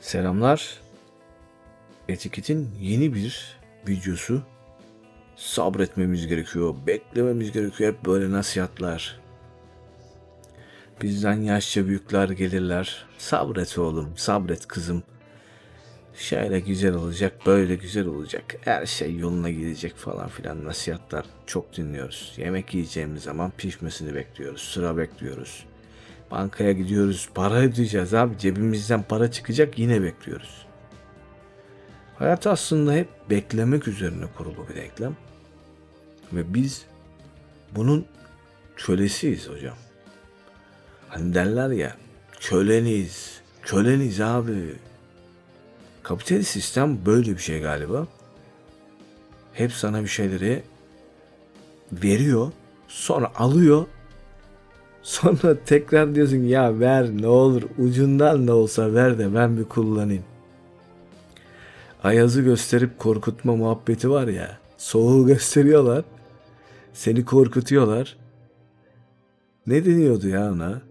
Selamlar. Etiket'in yeni bir videosu. Sabretmemiz gerekiyor, beklememiz gerekiyor. Hep böyle nasihatler. Bizden yaşça büyükler gelirler. Sabret oğlum, sabret kızım. Şöyle güzel olacak, böyle güzel olacak. Her şey yoluna gidecek falan filan nasihatler çok dinliyoruz. Yemek yiyeceğimiz zaman pişmesini bekliyoruz, sıra bekliyoruz. Bankaya gidiyoruz, para ödeyeceğiz abi. Cebimizden para çıkacak, yine bekliyoruz. Hayat aslında hep beklemek üzerine kurulu bir denklem. Ve biz bunun kölesiyiz hocam. Hani derler ya, köleniz, köleniz abi. Kapitalist sistem böyle bir şey galiba. Hep sana bir şeyleri veriyor, sonra alıyor. Sonra tekrar diyorsun ya ver ne olur ucundan da olsa ver de ben bir kullanayım. Ayazı gösterip korkutma muhabbeti var ya. Soğuğu gösteriyorlar. Seni korkutuyorlar. Ne deniyordu ya ona?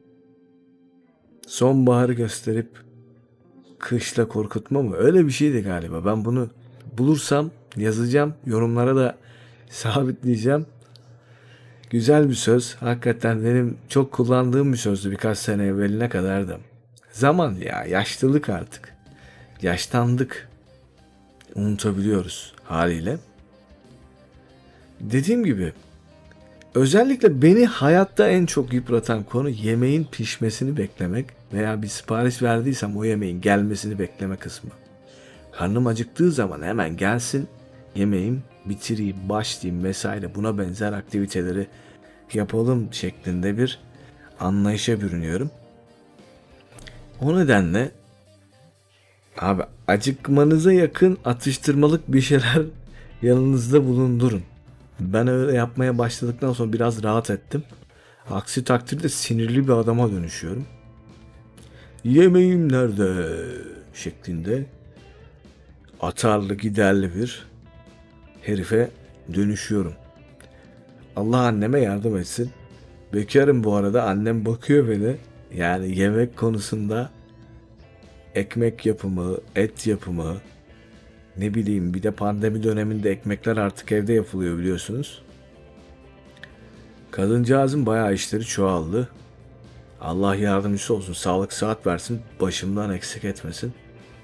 Sonbaharı gösterip kışla korkutma mı? Öyle bir şeydi galiba. Ben bunu bulursam yazacağım. Yorumlara da sabitleyeceğim. Güzel bir söz. Hakikaten benim çok kullandığım bir sözdü birkaç sene evveline kadar da. Zaman ya. Yaşlılık artık. Yaşlandık. Unutabiliyoruz haliyle. Dediğim gibi özellikle beni hayatta en çok yıpratan konu yemeğin pişmesini beklemek veya bir sipariş verdiysem o yemeğin gelmesini bekleme kısmı. Karnım acıktığı zaman hemen gelsin, yemeğim bitireyim, başlayayım vesaire buna benzer aktiviteleri yapalım şeklinde bir anlayışa bürünüyorum. O nedenle abi acıkmanıza yakın atıştırmalık bir şeyler yanınızda bulundurun. Ben öyle yapmaya başladıktan sonra biraz rahat ettim. Aksi takdirde sinirli bir adama dönüşüyorum. Yemeğim nerede şeklinde atarlı giderli bir herife dönüşüyorum. Allah anneme yardım etsin. Bekarım bu arada, annem bakıyor beni. Yani yemek konusunda ekmek yapımı, et yapımı, ne bileyim bir de pandemi döneminde ekmekler artık evde yapılıyor biliyorsunuz. Kadıncağızın bayağı işleri çoğaldı. Allah yardımcısı olsun, sağlık sıhhat versin, başımdan eksik etmesin.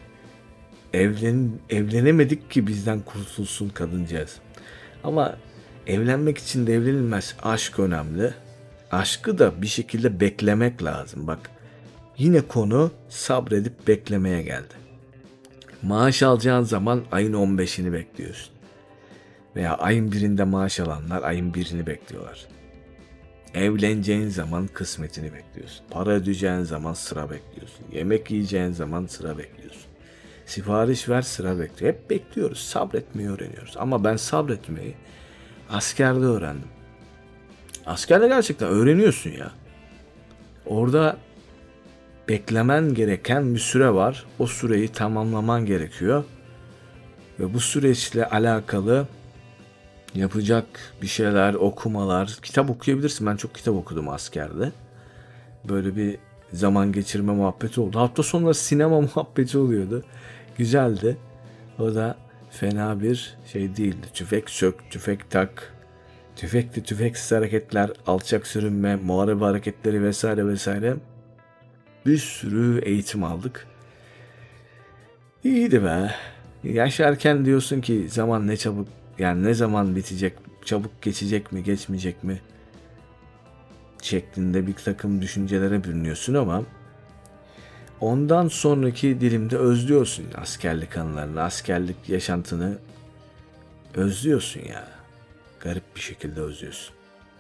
Evlenemedik ki bizden kurtulsun kadıncağız. Ama evlenmek için de evlenilmez. Aşk önemli. Aşkı da bir şekilde beklemek lazım. Bak yine konu sabredip beklemeye geldi. Maaş alacağın zaman ayın 15'ini bekliyorsun. Veya ayın birinde maaş alanlar ayın birini bekliyorlar. Evleneceğin zaman kısmetini bekliyorsun. Para ödeyeceğin zaman sıra bekliyorsun. Yemek yiyeceğin zaman sıra bekliyorsun. Sipariş ver sıra bekliyor. Hep bekliyoruz. Sabretmeyi öğreniyoruz. Ama ben sabretmeyi askerde öğrendim. Askerde gerçekten öğreniyorsun ya. Orada beklemen gereken bir süre var. O süreyi tamamlaman gerekiyor. Ve bu süreçle alakalı yapacak bir şeyler, okumalar, kitap okuyabilirsin. Ben çok kitap okudum askerde. Böyle bir zaman geçirme muhabbeti oldu. Hafta sonları sinema muhabbeti oluyordu. Güzeldi. O da fena bir şey değildi. Tüfek sök, tüfek tak, tüfekli tüfeksiz hareketler, alçak sürünme, muharebe hareketleri vesaire vesaire. Bir sürü eğitim aldık. İyiydi be. Yaşarken diyorsun ki zaman ne çabuk, yani ne zaman bitecek, çabuk geçecek mi, geçmeyecek mi şeklinde bir takım düşüncelere bürünüyorsun ama ondan sonraki dilimde özlüyorsun askerlik anılarını, askerlik yaşantını özlüyorsun ya. Garip bir şekilde özlüyorsun.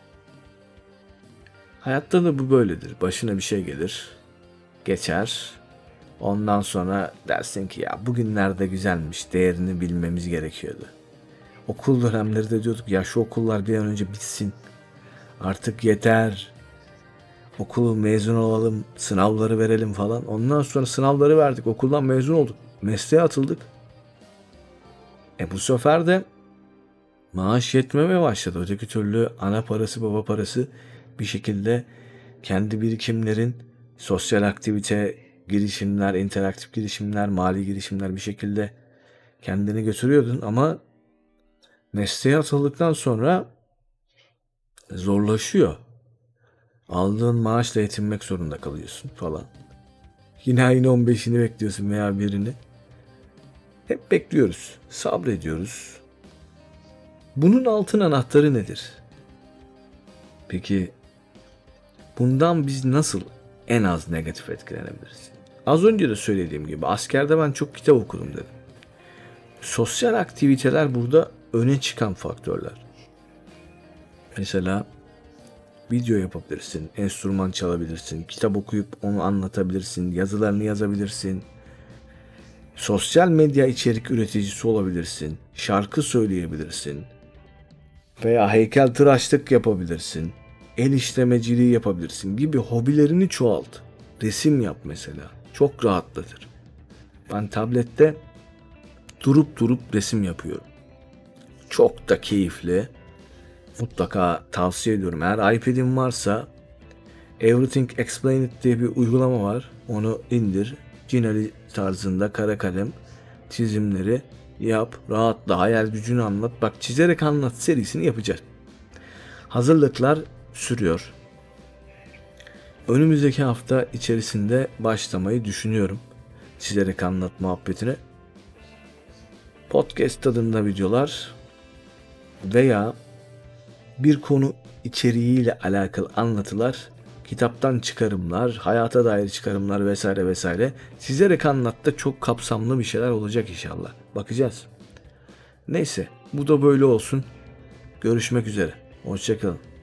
Hayatta da bu böyledir. Başına bir şey gelir, geçer. Ondan sonra dersin ki ya bugünlerde güzelmiş, değerini bilmemiz gerekiyordu. Okul dönemleri de diyorduk ya şu okullar bir an önce bitsin. Artık yeter. Okulu mezun olalım, sınavları verelim falan. Ondan sonra sınavları verdik, okuldan mezun olduk. Mesleğe atıldık. Bu sefer de maaş yetmemeye başladı. Öteki türlü ana parası, baba parası bir şekilde kendi birikimlerin, sosyal aktivite girişimler, interaktif girişimler, mali girişimler bir şekilde kendini götürüyordun ama mesleğe atıldıktan sonra zorlaşıyor. Aldığın maaşla yetinmek zorunda kalıyorsun falan. Yine aynı 15'ini bekliyorsun veya birini. Hep bekliyoruz, sabrediyoruz. Bunun altın anahtarı nedir? Peki bundan biz nasıl en az negatif etkilenebiliriz? Az önce de söylediğim gibi askerde ben çok kitap okudum dedim. Sosyal aktiviteler burada öne çıkan faktörler. Mesela video yapabilirsin, enstrüman çalabilirsin, kitap okuyup onu anlatabilirsin, yazılarını yazabilirsin. Sosyal medya içerik üreticisi olabilirsin, şarkı söyleyebilirsin veya heykeltıraşlık yapabilirsin, el işlemeciliği yapabilirsin gibi hobilerini çoğalt. Resim yap mesela, çok rahatlatır. Ben tablette durup resim yapıyorum. Çok da keyifli. Mutlaka tavsiye ediyorum. Eğer iPad'in varsa Everything Explained diye bir uygulama var. Onu indir. Cinali tarzında kara kalem çizimleri yap. Rahatla. Hayal gücünü anlat. Bak çizerek anlat serisini yapacağız. Hazırlıklar sürüyor. Önümüzdeki hafta içerisinde başlamayı düşünüyorum. Çizerek anlat muhabbetine. Podcast tadında videolar veya bir konu içeriğiyle alakalı anlatılar, kitaptan çıkarımlar, hayata dair çıkarımlar vesaire vesaire. Çizerek anlatta çok kapsamlı bir şeyler olacak inşallah. Bakacağız. Neyse, bu da böyle olsun. Görüşmek üzere. Hoşça kalın.